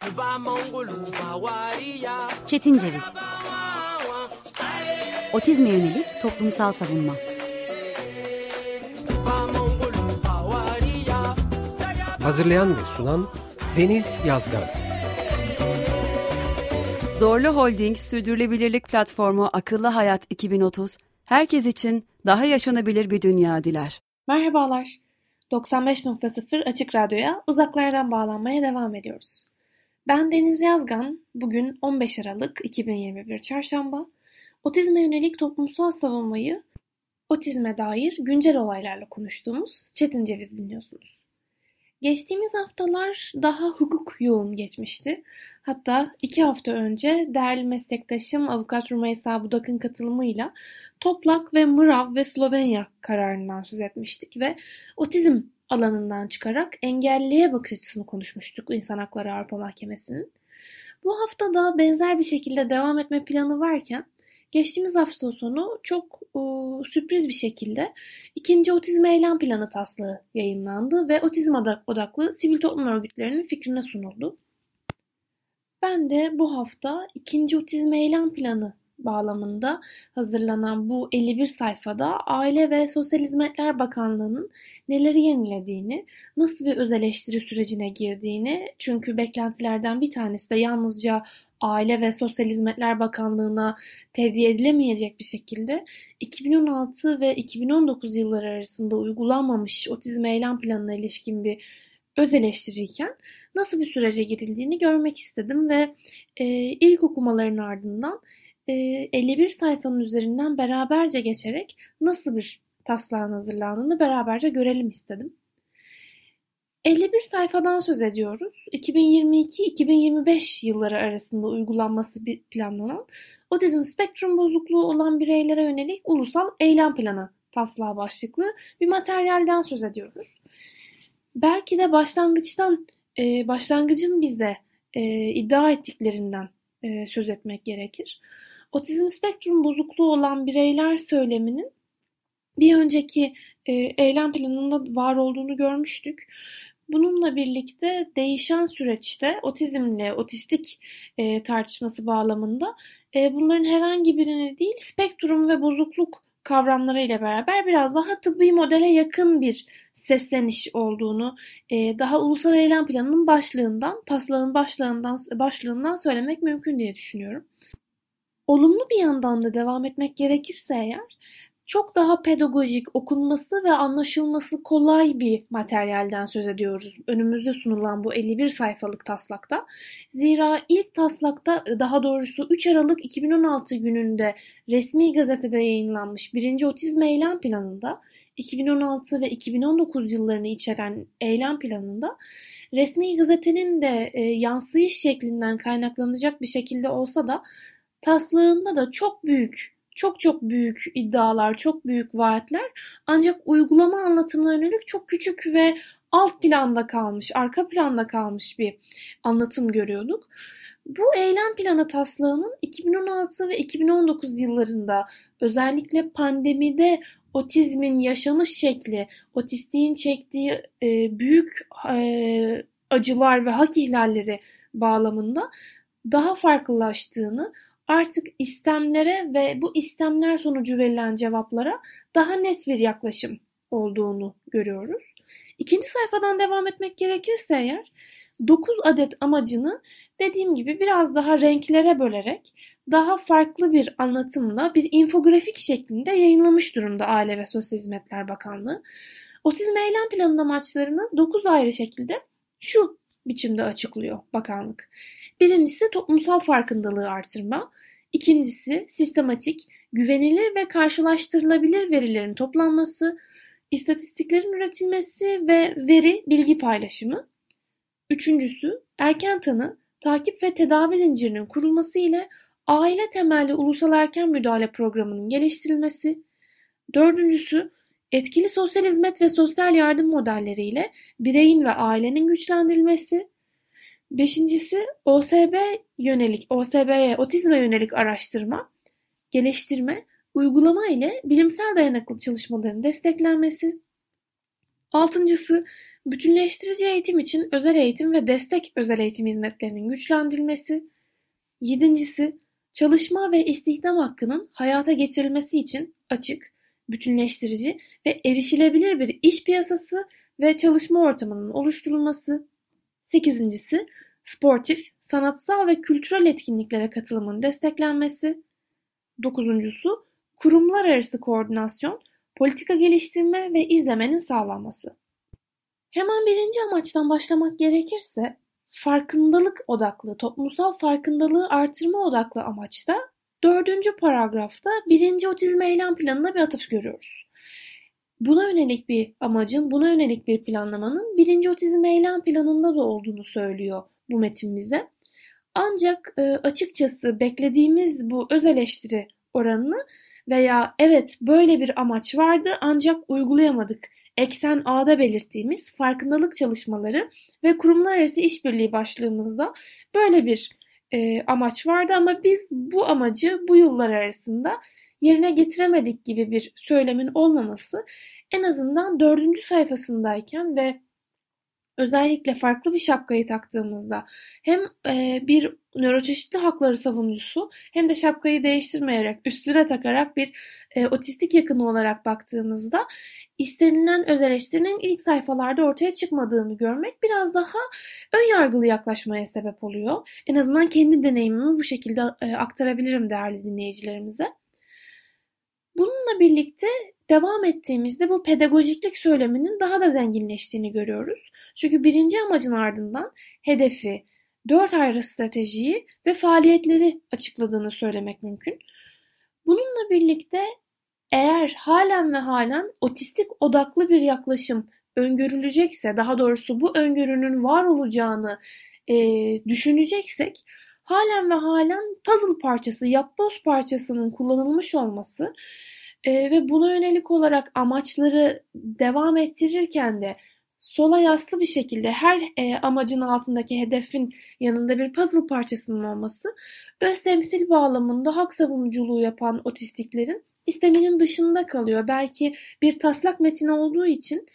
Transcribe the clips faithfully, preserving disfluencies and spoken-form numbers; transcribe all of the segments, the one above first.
Çetin Ceviz. Otizme yönelik toplumsal savunma. Hazırlayan ve sunan Deniz Yazgan. Zorlu Holding Sürdürülebilirlik Platformu Akıllı Hayat iki bin otuz, herkes için daha yaşanabilir bir dünya diler. Merhabalar, doksan beş nokta sıfır Açık Radyo'ya uzaklardan bağlanmaya devam ediyoruz. Ben Deniz Yazgan, bugün on beş Aralık iki bin yirmi bir Çarşamba, otizme yönelik toplumsal savunmayı, otizme dair güncel olaylarla konuştuğumuz Çetin Ceviz dinliyorsunuz. Geçtiğimiz haftalar daha hukuk yoğun geçmişti. Hatta iki hafta önce değerli meslektaşım Avukat Rümeysa Budak'ın katılımıyla Toplak ve Mırav ve Slovenya kararından söz etmiştik ve otizm alanından çıkarak engelliye bakış açısını konuşmuştuk İnsan Hakları Avrupa Mahkemesi'nin. Bu hafta da benzer bir şekilde devam etme planı varken geçtiğimiz hafta sonu çok e, sürpriz bir şekilde ikinci otizm eylem planı taslağı yayınlandı ve otizm odaklı sivil toplum örgütlerinin fikrine sunuldu. Ben de bu hafta ikinci otizm eylem planı bağlamında hazırlanan bu elli bir sayfada Aile ve Sosyal Hizmetler Bakanlığı'nın neleri yenilediğini, nasıl bir öz eleştiri sürecine girdiğini, çünkü beklentilerden bir tanesi de yalnızca Aile ve Sosyal Hizmetler Bakanlığı'na tevdi edilemeyecek bir şekilde iki bin on altı ve iki bin on dokuz yılları arasında uygulanmamış otizm eylem planına ilişkin bir öz eleştiriyken nasıl bir sürece girildiğini görmek istedim ve e, ilk okumaların ardından e, elli bir sayfanın üzerinden beraberce geçerek nasıl bir taslağın hazırlandığını beraberce görelim istedim. elli bir sayfadan söz ediyoruz. iki bin yirmi iki iki bin yirmi beş yılları arasında uygulanması planlanan otizm spektrum bozukluğu olan bireylere yönelik ulusal eylem planı taslağı başlıklı bir materyalden söz ediyoruz. Belki de başlangıçtan, e, başlangıcın bizde e, iddia ettiklerinden e, söz etmek gerekir. Otizm spektrum bozukluğu olan bireyler söyleminin bir önceki e, eylem planında var olduğunu görmüştük. Bununla birlikte değişen süreçte otizmle otistik e, tartışması bağlamında e, bunların herhangi birine değil spektrum ve bozukluk kavramlarıyla beraber biraz daha tıbbi modele yakın bir sesleniş olduğunu e, daha ulusal eylem planının başlığından, taslağın başlığından, başlığından söylemek mümkün diye düşünüyorum. Olumlu bir yandan da devam etmek gerekirse eğer, çok daha pedagojik, okunması ve anlaşılması kolay bir materyalden söz ediyoruz. Önümüzde sunulan bu elli bir sayfalık taslakta. Zira ilk taslakta, daha doğrusu üç Aralık iki bin on altı gününde resmi gazetede yayınlanmış birinci otizm eylem planında, iki bin on altı ve iki bin on dokuz yıllarını içeren eylem planında resmi gazetenin de e, yansıyış şeklinden kaynaklanacak bir şekilde olsa da taslağında da çok büyük Çok çok büyük iddialar, çok büyük vaatler, ancak uygulama anlatımına yönelik çok küçük ve alt planda kalmış, arka planda kalmış bir anlatım görüyorduk. Bu eylem planı taslağının iki bin on altı ve iki bin on dokuz yıllarında özellikle pandemide otizmin yaşanış şekli, otistiğin çektiği e, büyük e, acılar ve hak ihlalleri bağlamında daha farklılaştığını, artık istemlere ve bu istemler sonucu verilen cevaplara daha net bir yaklaşım olduğunu görüyoruz. İkinci sayfadan devam etmek gerekirse eğer, dokuz adet amacını dediğim gibi biraz daha renklere bölerek daha farklı bir anlatımla bir infografik şeklinde yayınlamış durumda Aile ve Sosyal Hizmetler Bakanlığı. Otizm eylem planının amaçlarını dokuz ayrı şekilde şu biçimde açıklıyor bakanlık. Birincisi toplumsal farkındalığı artırma, ikincisi sistematik, güvenilir ve karşılaştırılabilir verilerin toplanması, istatistiklerin üretilmesi ve veri bilgi paylaşımı, üçüncüsü erken tanı, takip ve tedavi zincirinin kurulması ile aile temelli ulusal erken müdahale programının geliştirilmesi, dördüncüsü etkili sosyal hizmet ve sosyal yardım modelleriyle bireyin ve ailenin güçlendirilmesi, beşincisi O S B yönelik, O S B'ye, otizme yönelik araştırma, geliştirme, uygulama ile bilimsel dayanıklı çalışmaların desteklenmesi. Altıncısı bütünleştirici eğitim için özel eğitim ve destek özel eğitim hizmetlerinin güçlendirilmesi. Yedincisi, çalışma ve istihdam hakkının hayata geçirilmesi için açık, bütünleştirici ve erişilebilir bir iş piyasası ve çalışma ortamının oluşturulması. Sekizincisi, sportif, sanatsal ve kültürel etkinliklere katılımın desteklenmesi. Dokuzuncusu, kurumlar arası koordinasyon, politika geliştirme ve izlemenin sağlanması. Hemen birinci amaçtan başlamak gerekirse, farkındalık odaklı, toplumsal farkındalığı artırma odaklı amaçta dördüncü paragrafta birinci otizm eylem planına bir atıf görüyoruz. Buna yönelik bir amacın, buna yönelik bir planlamanın birinci otizm eylem planında da olduğunu söylüyor bu metin bize. Ancak e, açıkçası beklediğimiz bu öz eleştiri oranını veya evet böyle bir amaç vardı ancak uygulayamadık, eksen A'da belirttiğimiz farkındalık çalışmaları ve kurumlar arası işbirliği başlığımızda böyle bir e, amaç vardı ama biz bu amacı bu yıllar arasında yerine getiremedik gibi bir söylemin olmaması en azından dördüncü sayfasındayken ve özellikle farklı bir şapkayı taktığımızda hem e, bir nöroçeşitli hakları savunucusu hem de şapkayı değiştirmeyerek üstüne takarak bir e, otistik yakını olarak baktığımızda istenilen öz eleştirinin ilk sayfalarda ortaya çıkmadığını görmek biraz daha önyargılı yaklaşmaya sebep oluyor. En azından kendi deneyimimi bu şekilde e, aktarabilirim değerli dinleyicilerimize. Bununla birlikte devam ettiğimizde bu pedagojiklik söyleminin daha da zenginleştiğini görüyoruz. Çünkü birinci amacın ardından hedefi, dört ayrı stratejiyi ve faaliyetleri açıkladığını söylemek mümkün. Bununla birlikte eğer halen ve halen otistik odaklı bir yaklaşım öngörülecekse, daha doğrusu bu öngörünün var olacağını e, düşüneceksek, halen ve halen puzzle parçası, yapboz parçasının kullanılmış olması e, ve buna yönelik olarak amaçları devam ettirirken de sola yaslı bir şekilde her e, amacın altındaki hedefin yanında bir puzzle parçasının olması, öz temsil bağlamında hak savunuculuğu yapan otistiklerin isteminin dışında kalıyor. Belki bir taslak metin olduğu için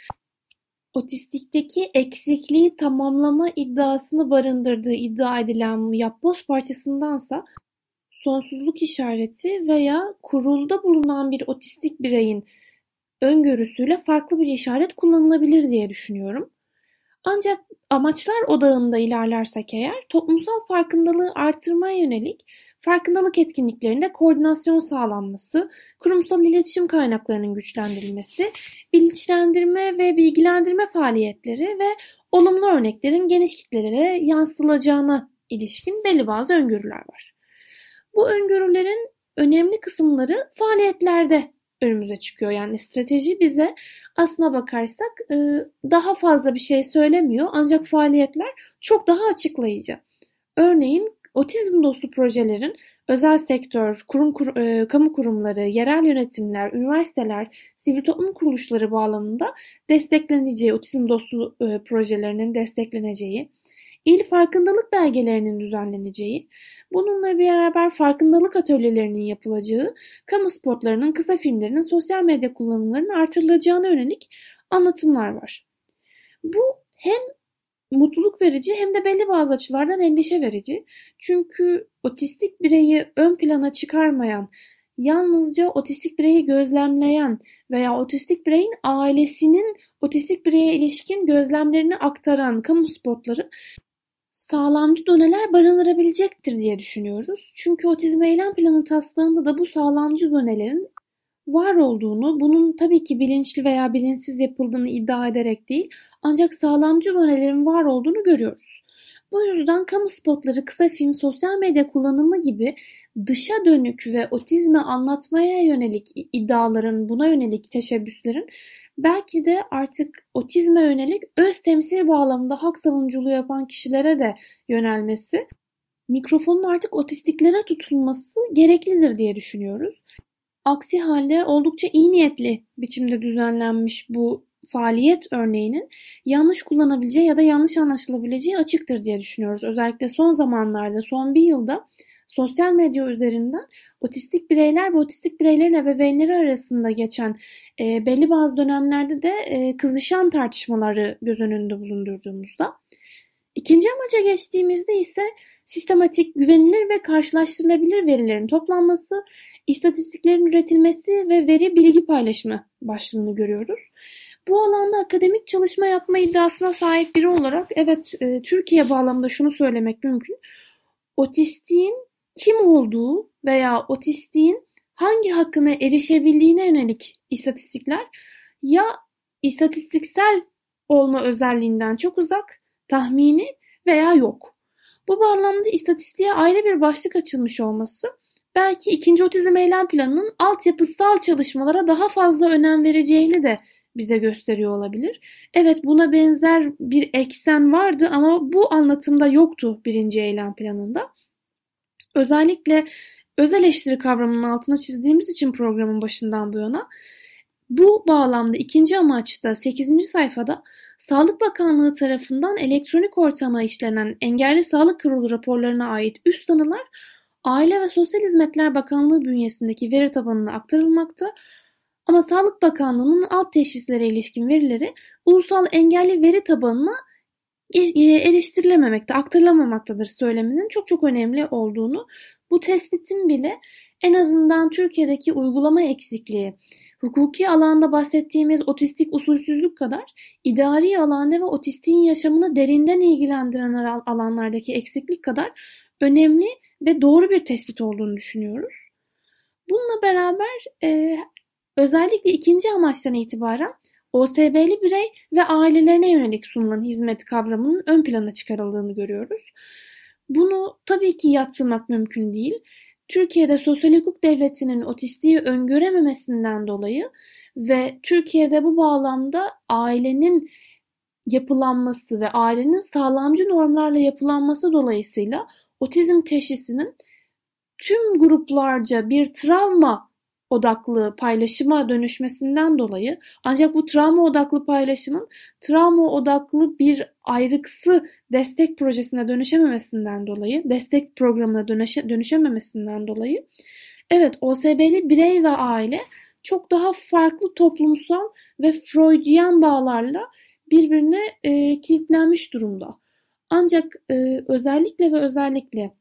otistikteki eksikliği tamamlama iddiasını barındırdığı iddia edilen yapboz parçasındansa sonsuzluk işareti veya kurulda bulunan bir otistik bireyin öngörüsüyle farklı bir işaret kullanılabilir diye düşünüyorum. Ancak amaçlar odağında ilerlersek eğer toplumsal farkındalığı artırmaya yönelik farkındalık etkinliklerinde koordinasyon sağlanması, kurumsal iletişim kaynaklarının güçlendirilmesi, bilinçlendirme ve bilgilendirme faaliyetleri ve olumlu örneklerin geniş kitlelere yansıtılacağına ilişkin belli bazı öngörüler var. Bu öngörülerin önemli kısımları faaliyetlerde önümüze çıkıyor. Yani strateji bize aslına bakarsak daha fazla bir şey söylemiyor ancak faaliyetler çok daha açıklayıcı. Örneğin otizm dostu projelerin özel sektör, kurum, kur, e, kamu kurumları, yerel yönetimler, üniversiteler, sivil toplum kuruluşları bağlamında destekleneceği, otizm dostu e, projelerinin destekleneceği, il farkındalık belgelerinin düzenleneceği, bununla beraber farkındalık atölyelerinin yapılacağı, kamu spotlarının, kısa filmlerinin, sosyal medya kullanımlarının artırılacağına yönelik anlatımlar var. Bu hem mutluluk verici hem de belli bazı açılardan endişe verici. Çünkü otistik bireyi ön plana çıkarmayan, yalnızca otistik bireyi gözlemleyen veya otistik bireyin ailesinin otistik bireye ilişkin gözlemlerini aktaran kamu spotları sağlamcı doneler barındırabilecektir diye düşünüyoruz. Çünkü otizm eylem planı taslağında da bu sağlamcı donelerin var olduğunu, bunun tabii ki bilinçli veya bilinçsiz yapıldığını iddia ederek değil, ancak sağlamcı donelerin var olduğunu görüyoruz. Bu yüzden kamu spotları, kısa film, sosyal medya kullanımı gibi dışa dönük ve otizmi anlatmaya yönelik iddiaların, buna yönelik teşebbüslerin belki de artık otizme yönelik öz temsil bağlamında hak savunuculuğu yapan kişilere de yönelmesi, mikrofonun artık otistiklere tutulması gereklidir diye düşünüyoruz. Aksi halde oldukça iyi niyetli biçimde düzenlenmiş bu faaliyet örneğinin yanlış kullanabileceği ya da yanlış anlaşılabileceği açıktır diye düşünüyoruz. Özellikle son zamanlarda, son bir yılda sosyal medya üzerinden otistik bireyler ve otistik bireylerin ebeveynleri arasında geçen e, belli bazı dönemlerde de e, kızışan tartışmaları göz önünde bulundurduğumuzda. İkinci amaca geçtiğimizde ise sistematik, güvenilir ve karşılaştırılabilir verilerin toplanması, istatistiklerin üretilmesi ve veri bilgi paylaşımı başlığını görüyoruz. Bu alanda akademik çalışma yapma iddiasına sahip biri olarak evet e, Türkiye bağlamında şunu söylemek mümkün. Otistiğin kim olduğu veya otistiğin hangi hakkına erişebildiğine yönelik istatistikler ya istatistiksel olma özelliğinden çok uzak, tahmini veya yok. Bu bağlamda istatistiğe ayrı bir başlık açılmış olması belki ikinci otizm eylem planının altyapısal çalışmalara daha fazla önem vereceğini de bize gösteriyor olabilir. Evet, buna benzer bir eksen vardı ama bu anlatımda yoktu birinci eylem planında. Özellikle öz eleştiri kavramının altına çizdiğimiz için programın başından bu yana bu bağlamda ikinci amaçta sekizinci sayfada Sağlık Bakanlığı tarafından elektronik ortama işlenen engelli sağlık kurulu raporlarına ait üst tanılar Aile ve Sosyal Hizmetler Bakanlığı bünyesindeki veri tabanına aktarılmakta. Ama Sağlık Bakanlığı'nın alt teşhislere ilişkin verileri ulusal engelli veri tabanına eriştirilememekte, aktarılamamaktadır söyleminin çok çok önemli olduğunu, bu tespitin bile en azından Türkiye'deki uygulama eksikliği, hukuki alanda bahsettiğimiz otistik usulsüzlük kadar idari alanda ve otistiğin yaşamını derinden ilgilendiren alanlardaki eksiklik kadar önemli ve doğru bir tespit olduğunu düşünüyoruz. Bununla beraber e, özellikle ikinci amaçtan itibaren O S B'li birey ve ailelerine yönelik sunulan hizmet kavramının ön plana çıkarıldığını görüyoruz. Bunu tabii ki yadsımak mümkün değil. Türkiye'de sosyal hukuk devletinin otistiği öngörememesinden dolayı ve Türkiye'de bu bağlamda ailenin yapılanması ve ailenin sağlamcı normlarla yapılanması dolayısıyla otizm teşhisinin tüm gruplarca bir travma odaklı paylaşıma dönüşmesinden dolayı, ancak bu travma odaklı paylaşımın travma odaklı bir ayrıksı destek projesine dönüşememesinden dolayı, destek programına dönüşe, dönüşememesinden dolayı, evet O S B'li birey ve aile çok daha farklı toplumsal ve Freudian bağlarla birbirine e, kilitlenmiş durumda. Ancak e, özellikle ve özellikle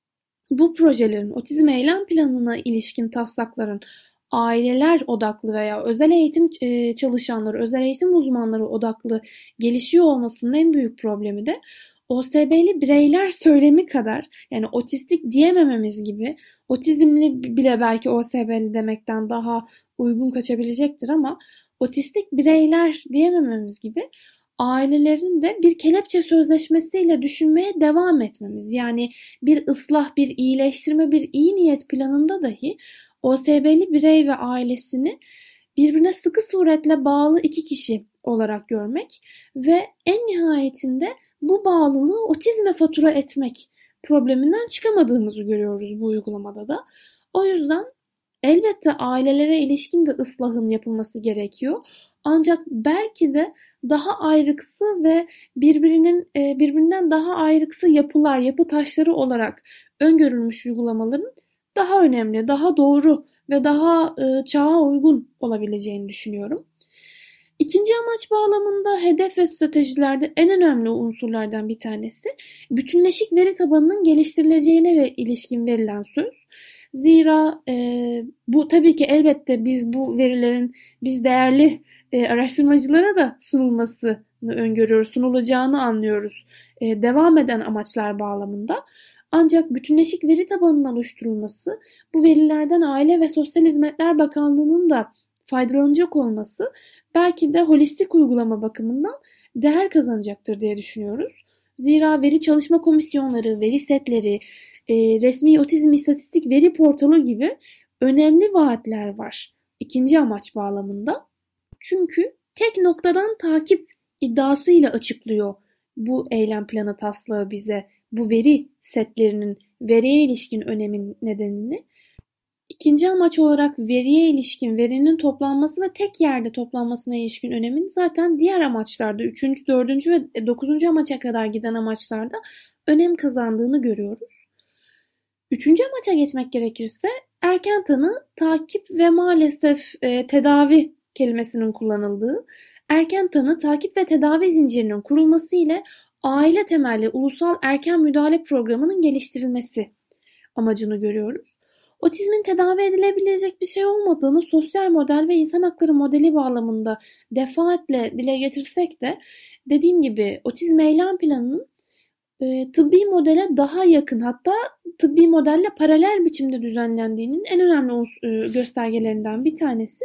bu projelerin, otizm eylem planına ilişkin taslakların aileler odaklı veya özel eğitim çalışanları, özel eğitim uzmanları odaklı gelişiyor olmasının en büyük problemi de O S B'li bireyler söylemi kadar, yani otistik diyemememiz gibi, otizmli bile belki O S B'li demekten daha uygun kaçabilecektir ama otistik bireyler diyemememiz gibi ailelerin de bir kelepçe sözleşmesiyle düşünmeye devam etmemiz, yani bir ıslah, bir iyileştirme, bir iyi niyet planında dahi O S B'li birey ve ailesini birbirine sıkı suretle bağlı iki kişi olarak görmek ve en nihayetinde bu bağlılığı otizme fatura etmek probleminden çıkamadığımızı görüyoruz bu uygulamada da. O yüzden elbette ailelere ilişkin de ıslahın yapılması gerekiyor. Ancak belki de daha ayrıksı ve birbirinin birbirinden daha ayrıksı yapılar, yapı taşları olarak öngörülmüş uygulamaların daha önemli, daha doğru ve daha e, çağa uygun olabileceğini düşünüyorum. İkinci amaç bağlamında hedef ve stratejilerde en önemli unsurlardan bir tanesi bütünleşik veri tabanının geliştirileceğine ve ilişkin verilen söz. Zira e, bu tabii ki elbette biz bu verilerin biz değerli e, araştırmacılara da sunulmasını öngörüyoruz, sunulacağını anlıyoruz e, devam eden amaçlar bağlamında. Ancak bütünleşik veri tabanının oluşturulması, bu verilerden Aile ve Sosyal Hizmetler Bakanlığı'nın da faydalanacak olması belki de holistik uygulama bakımından değer kazanacaktır diye düşünüyoruz. Zira veri çalışma komisyonları, veri setleri, e, resmi otizm istatistik veri portalı gibi önemli vaatler var ikinci amaç bağlamında. Çünkü tek noktadan takip iddiasıyla açıklıyor bu eylem planı taslağı bize bu veri setlerinin veriye ilişkin önemin nedenini. İkinci amaç olarak veriye ilişkin verinin toplanması ve tek yerde toplanmasına ilişkin önemin zaten diğer amaçlarda, üçüncü, dördüncü ve dokuzuncu amaça kadar giden amaçlarda önem kazandığını görüyoruz. Üçüncü amaça geçmek gerekirse erken tanı, takip ve maalesef e, tedavi kelimesinin kullanıldığı, erken tanı, takip ve tedavi zincirinin kurulması ile aile temelli ulusal erken müdahale programının geliştirilmesi amacını görüyoruz. Otizmin tedavi edilebilecek bir şey olmadığını sosyal model ve insan hakları modeli bağlamında defaatle dile getirsek de dediğim gibi otizm eylem planının e, tıbbi modele daha yakın, hatta tıbbi modelle paralel biçimde düzenlendiğinin en önemli e, göstergelerinden bir tanesi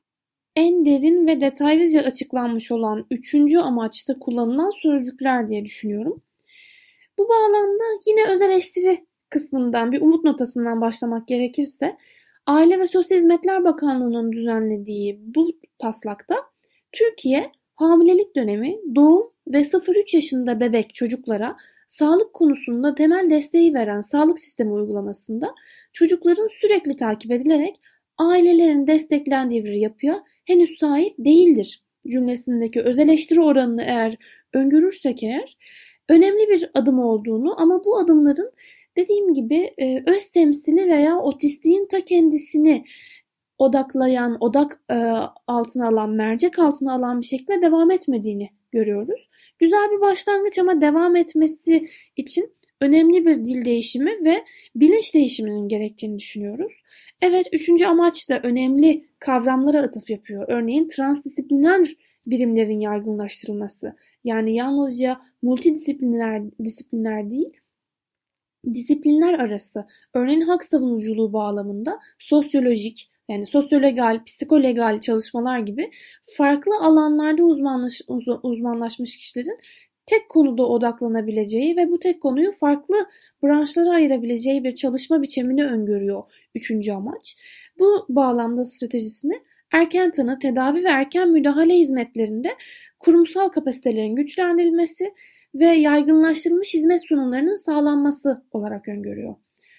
en derin ve detaylıca açıklanmış olan üçüncü amaçta kullanılan sözcükler diye düşünüyorum. Bu bağlamda yine öz eleştiri kısmından bir umut notasından başlamak gerekirse Aile ve Sosyal Hizmetler Bakanlığı'nın düzenlediği bu taslakta Türkiye hamilelik dönemi, doğum ve sıfır üç yaşında bebek çocuklara sağlık konusunda temel desteği veren sağlık sistemi uygulamasında çocukların sürekli takip edilerek ailelerin desteklendiği bir yapıya henüz sahip değildir cümlesindeki öz eleştiri oranını eğer öngörürsek eğer önemli bir adım olduğunu ama bu adımların dediğim gibi öz temsili veya otistiğin ta kendisini odaklayan, odak altına alan, mercek altına alan bir şekilde devam etmediğini görüyoruz. Güzel bir başlangıç ama devam etmesi için önemli bir dil değişimi ve bilinç değişiminin gerektiğini düşünüyoruz. Evet, üçüncü amaç da önemli kavramlara atıf yapıyor. Örneğin transdisipliner birimlerin yaygınlaştırılması. Yani yalnızca multidisipliner disiplinler değil, disiplinler arası, örneğin hak savunuculuğu bağlamında sosyolojik, yani sosyolegal, psikolegal çalışmalar gibi farklı alanlarda uzmanlaş, uz, uzmanlaşmış kişilerin tek konuda odaklanabileceği ve bu tek konuyu farklı branşlara ayırabileceği bir çalışma biçimini öngörüyor üçüncü amaç. Bu bağlamda stratejisini erken tanı, tedavi ve erken müdahale hizmetlerinde kurumsal kapasitelerin güçlendirilmesi ve yaygınlaştırılmış hizmet sunumlarının sağlanması olarak öngörüyor.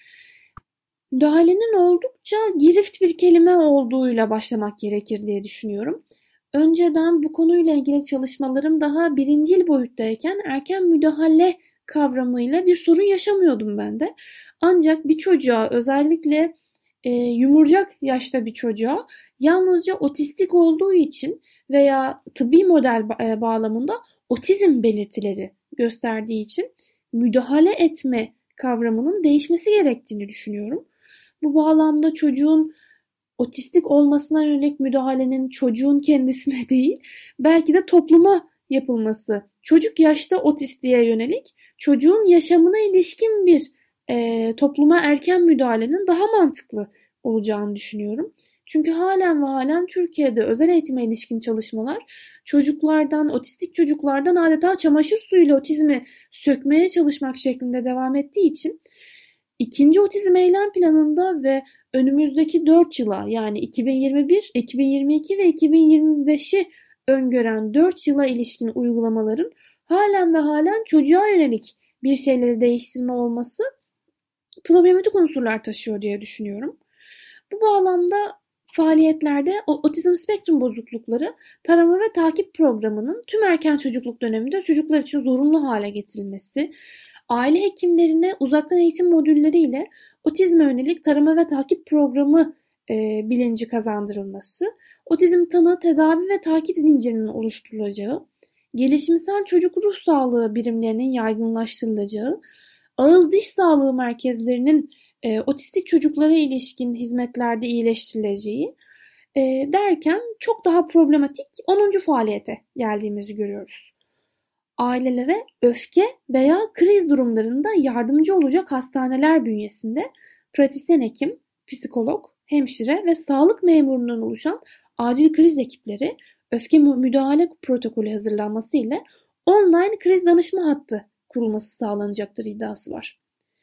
Müdahalenin oldukça girift bir kelime olduğuyla başlamak gerekir diye düşünüyorum. Önceden bu konuyla ilgili çalışmalarım daha birincil boyuttayken erken müdahale kavramıyla bir sorun yaşamıyordum ben de. Ancak bir çocuğa, özellikle e, yumurcak yaşta bir çocuğa yalnızca otistik olduğu için veya tıbbi model ba- bağlamında otizm belirtileri gösterdiği için müdahale etme kavramının değişmesi gerektiğini düşünüyorum. Bu bağlamda çocuğun otistik olmasına yönelik müdahalenin çocuğun kendisine değil, belki de topluma yapılması, çocuk yaşta otistiğe yönelik çocuğun yaşamına ilişkin bir e, topluma erken müdahalenin daha mantıklı olacağını düşünüyorum. Çünkü halen ve halen Türkiye'de özel eğitime ilişkin çalışmalar çocuklardan, otistik çocuklardan adeta çamaşır suyuyla otizmi sökmeye çalışmak şeklinde devam ettiği için İkinci otizm eylem planında ve önümüzdeki dört yıla, yani iki bin yirmi bir, iki bin yirmi iki ve iki bin yirmi beşi öngören dört yıla ilişkin uygulamaların halen ve halen çocuğa yönelik bir şeyleri değiştirme olması problematik unsurlar taşıyor diye düşünüyorum. Bu bağlamda faaliyetlerde otizm spektrum bozuklukları tarama ve takip programının tüm erken çocukluk döneminde çocuklar için zorunlu hale getirilmesi, aile hekimlerine uzaktan eğitim modülleriyle otizme yönelik tarama ve takip programı e, bilinci kazandırılması, otizm tanı, tedavi ve takip zincirinin oluşturulacağı, gelişimsel çocuk ruh sağlığı birimlerinin yaygınlaştırılacağı, ağız diş sağlığı merkezlerinin e, otistik çocuklara ilişkin hizmetlerde iyileştirileceği e, derken çok daha problematik onuncu faaliyete geldiğimizi görüyoruz. Ailelere öfke veya kriz durumlarında yardımcı olacak hastaneler bünyesinde pratisyen hekim, psikolog, hemşire ve sağlık memurundan oluşan acil kriz ekipleri öfke müdahale protokolü hazırlanması ile online kriz danışma hattı kurulması sağlanacaktır iddiası var.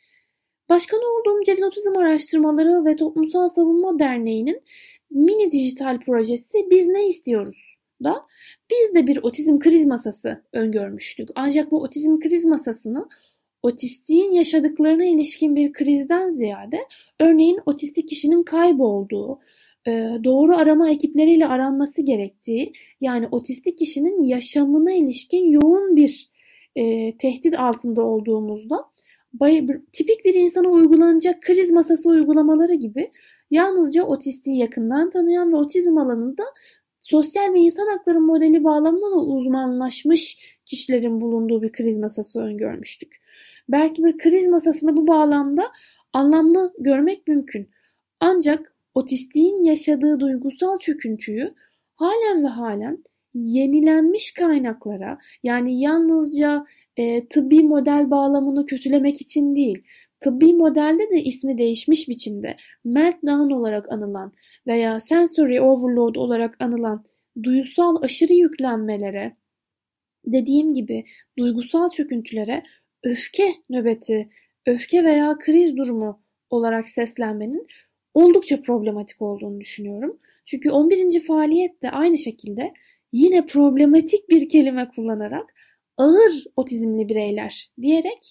Başkanı olduğum Ceviz Otizm Araştırmaları ve Toplumsal Savunma Derneği'nin mini dijital projesi Biz Ne İstiyoruz da biz de bir otizm kriz masası öngörmüştük. Ancak bu otizm kriz masasını otistiğin yaşadıklarına ilişkin bir krizden ziyade örneğin otistik kişinin kaybolduğu, doğru arama ekipleriyle aranması gerektiği, yani otistik kişinin yaşamına ilişkin yoğun bir e, tehdit altında olduğumuzda tipik bir insana uygulanacak kriz masası uygulamaları gibi yalnızca otistiği yakından tanıyan ve otizm alanında sosyal ve insan hakları modeli bağlamında da uzmanlaşmış kişilerin bulunduğu bir kriz masası öngörmüştük. Belki bir kriz masasını bu bağlamda anlamlı görmek mümkün. Ancak otistiğin yaşadığı duygusal çöküntüyü halen ve halen yenilenmiş kaynaklara, yani yalnızca e, tıbbi model bağlamını kötülemek için değil, tıbbi modelde de ismi değişmiş biçimde meltdown olarak anılan veya sensory overload olarak anılan duygusal aşırı yüklenmelere, dediğim gibi duygusal çöküntülere öfke nöbeti, öfke veya kriz durumu olarak seslenmenin oldukça problematik olduğunu düşünüyorum. Çünkü on birinci faaliyet de aynı şekilde yine problematik bir kelime kullanarak ağır otizmli bireyler diyerek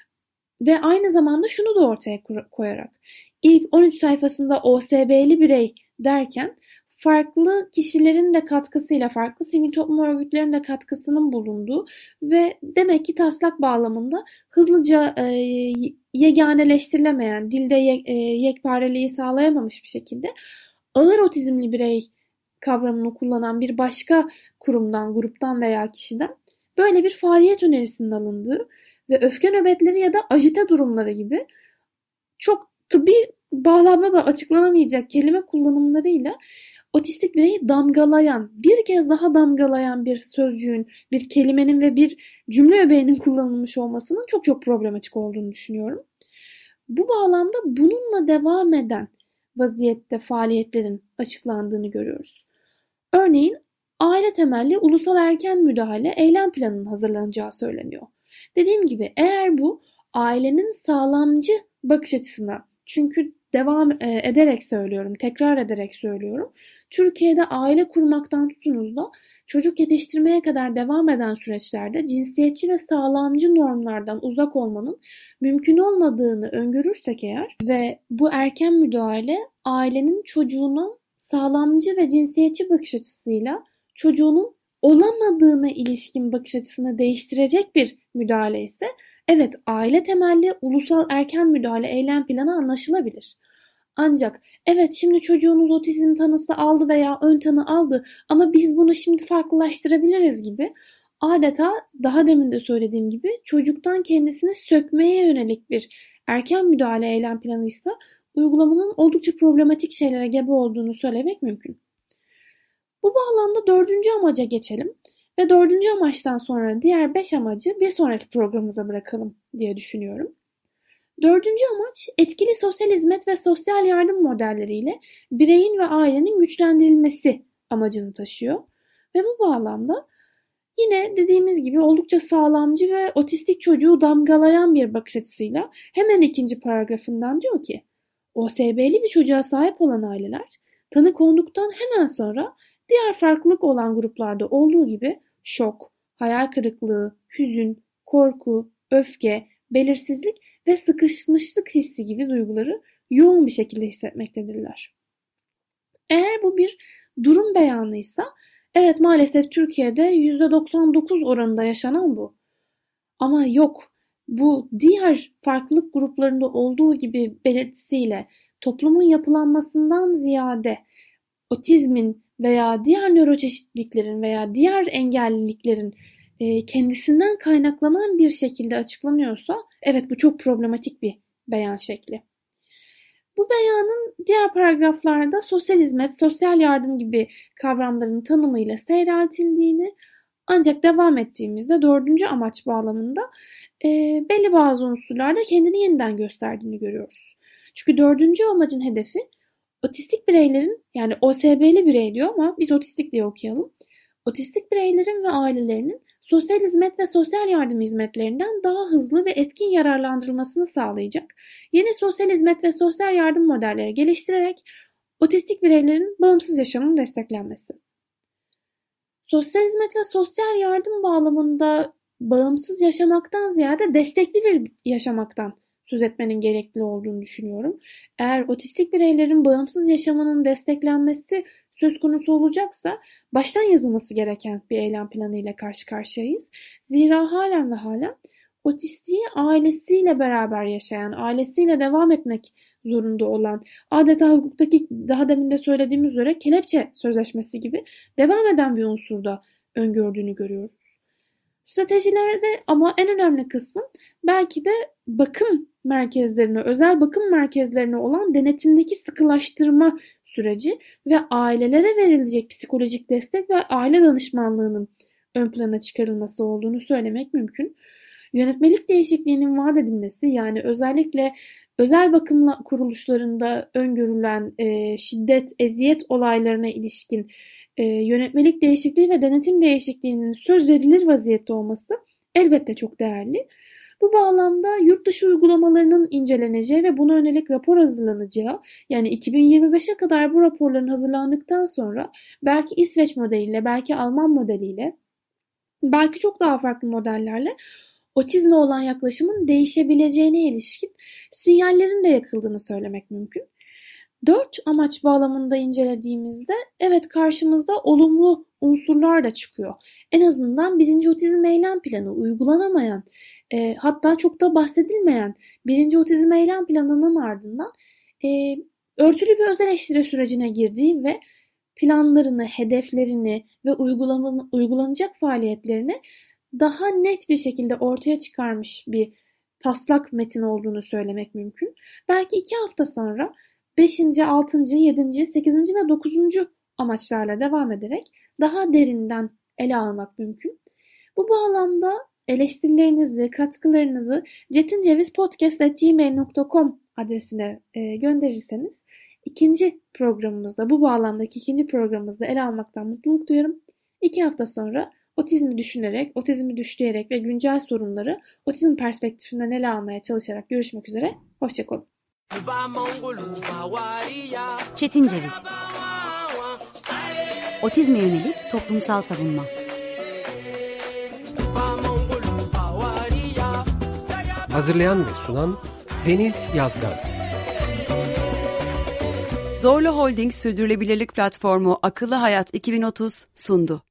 ve aynı zamanda şunu da ortaya koyarak ilk on üç sayfasında O S B'li birey derken farklı kişilerin de katkısıyla, farklı sivil toplum örgütlerinin de katkısının bulunduğu ve demek ki taslak bağlamında hızlıca e, yeganeleştirilemeyen, dilde ye, e, yekpareliği sağlayamamış bir şekilde ağır otizmli birey kavramını kullanan bir başka kurumdan, gruptan veya kişiden böyle bir faaliyet önerisinin alındığı ve öfke nöbetleri ya da ajite durumları gibi çok tıbbi bağlamda da açıklanamayacak kelime kullanımlarıyla otistik bireyi damgalayan, bir kez daha damgalayan bir sözcüğün, bir kelimenin ve bir cümle öbeğinin kullanılmış olmasının çok çok problematik olduğunu düşünüyorum. Bu bağlamda bununla devam eden vaziyette faaliyetlerin açıklandığını görüyoruz. Örneğin aile temelli ulusal erken müdahale eylem planının hazırlanacağı söyleniyor. Dediğim gibi eğer bu ailenin sağlamcı bakış açısına, çünkü devam ederek söylüyorum, tekrar ederek söylüyorum, Türkiye'de aile kurmaktan tutunuz da çocuk yetiştirmeye kadar devam eden süreçlerde cinsiyetçi ve sağlamcı normlardan uzak olmanın mümkün olmadığını öngörürsek eğer ve bu erken müdahale ailenin çocuğuna sağlamcı ve cinsiyetçi bakış açısıyla çocuğunun olamadığına ilişkin bakış açısını değiştirecek bir müdahale ise evet, aile temelli ulusal erken müdahale eylem planı anlaşılabilir. Ancak evet, şimdi çocuğunuz otizm tanısı aldı veya ön tanı aldı ama biz bunu şimdi farklılaştırabiliriz gibi adeta daha demin de söylediğim gibi çocuktan kendisini sökmeye yönelik bir erken müdahale eylem planıysa uygulamanın oldukça problematik şeylere gebe olduğunu söylemek mümkün. Bu bağlamda dördüncü amaca geçelim ve dördüncü amaçtan sonra diğer beş amacı bir sonraki programımıza bırakalım diye düşünüyorum. Dördüncü amaç etkili sosyal hizmet ve sosyal yardım modelleriyle bireyin ve ailenin güçlendirilmesi amacını taşıyor. Ve bu bağlamda yine dediğimiz gibi oldukça sağlamcı ve otistik çocuğu damgalayan bir bakış açısıyla hemen ikinci paragrafından diyor ki O S B'li bir çocuğa sahip olan aileler tanı konduktan hemen sonra diğer farklılık olan gruplarda olduğu gibi şok, hayal kırıklığı, hüzün, korku, öfke, belirsizlik ve sıkışmışlık hissi gibi duyguları yoğun bir şekilde hissetmektedirler. Eğer bu bir durum beyanıysa, evet maalesef Türkiye'de yüzde doksan dokuz oranında yaşanan bu. Ama yok, bu diğer farklılık gruplarında olduğu gibi belirtisiyle toplumun yapılanmasından ziyade otizmin veya diğer nöroçeşitliliklerin veya diğer engelliliklerin e, kendisinden kaynaklanan bir şekilde açıklanıyorsa evet bu çok problematik bir beyan şekli. Bu beyanın diğer paragraflarda sosyal hizmet, sosyal yardım gibi kavramların tanımıyla seyreltildiğini ancak devam ettiğimizde dördüncü amaç bağlamında e, belli bazı unsurlarda kendini yeniden gösterdiğini görüyoruz. Çünkü dördüncü amacın hedefi otistik bireylerin, yani O S B'li birey diyor ama biz otistik diye okuyalım. Otistik bireylerin ve ailelerinin sosyal hizmet ve sosyal yardım hizmetlerinden daha hızlı ve etkin yararlandırılmasını sağlayacak yeni sosyal hizmet ve sosyal yardım modelleri geliştirerek otistik bireylerin bağımsız yaşamının desteklenmesi. Sosyal hizmet ve sosyal yardım bağlamında bağımsız yaşamaktan ziyade destekli bir yaşamaktan söz etmenin gerekli olduğunu düşünüyorum. Eğer otistik bireylerin bağımsız yaşamının desteklenmesi söz konusu olacaksa baştan yazılması gereken bir eylem planı ile karşı karşıyayız. Zira halen ve halen otistiği ailesiyle beraber yaşayan, ailesiyle devam etmek zorunda olan, adeta hukuktaki daha demin de söylediğimiz üzere kelepçe sözleşmesi gibi devam eden bir unsurda öngördüğünü görüyoruz. Stratejilerde ama en önemli kısmın belki de bakım merkezlerine, özel bakım merkezlerine olan denetimdeki sıkılaştırma süreci ve ailelere verilecek psikolojik destek ve aile danışmanlığının ön plana çıkarılması olduğunu söylemek mümkün. Yönetmelik değişikliğinin vaat edilmesi, yani özellikle özel bakım kuruluşlarında öngörülen e, şiddet, eziyet olaylarına ilişkin e, yönetmelik değişikliği ve denetim değişikliğinin söz verilir vaziyette olması elbette çok değerli. Bu bağlamda yurt dışı uygulamalarının inceleneceği ve buna yönelik rapor hazırlanacağı, yani iki bin yirmi beşe kadar bu raporların hazırlandıktan sonra belki İsveç modeliyle, belki Alman modeliyle, belki çok daha farklı modellerle otizme olan yaklaşımın değişebileceğine ilişkin sinyallerin de yakıldığını söylemek mümkün. Dört amaç bağlamında incelediğimizde evet karşımızda olumlu unsurlar da çıkıyor. En azından birinci otizm eylem planı uygulanamayan, e, hatta çok da bahsedilmeyen birinci otizm eylem planının ardından e, örtülü bir öz eleştiri sürecine girdiği ve planlarını, hedeflerini ve uygulanacak faaliyetlerini daha net bir şekilde ortaya çıkarmış bir taslak metin olduğunu söylemek mümkün. Belki iki hafta sonra beşinci, altıncı, yedinci, sekizinci ve dokuzuncu amaçlarla devam ederek daha derinden ele almak mümkün. Bu bağlamda eleştirilerinizi, katkılarınızı cetincevispodcast at gmail nokta com adresine e, gönderirseniz ikinci programımızda, bu bağlamdaki ikinci programımızda ele almaktan mutluluk duyarım. İki hafta sonra otizmi düşünerek, otizmi düşleyerek ve güncel sorunları otizm perspektifinden ele almaya çalışarak görüşmek üzere. Hoşçakalın. Çetin Ceviz. Otizme yönelik toplumsal savunma. Hazırlayan ve sunan Deniz Yazgan. Zorlu Holding Sürdürülebilirlik Platformu Akıllı Hayat iki bin otuz sundu.